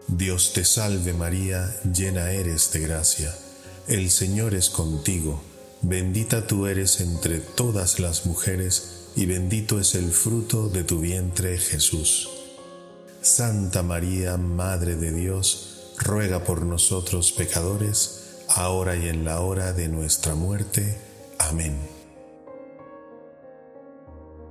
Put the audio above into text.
Dios te salve María, llena eres de gracia. El Señor es contigo, bendita tú eres entre todas las mujeres, y bendito es el fruto de tu vientre, Jesús. Santa María, Madre de Dios, ruega por nosotros pecadores, ahora y en la hora de nuestra muerte. Amén.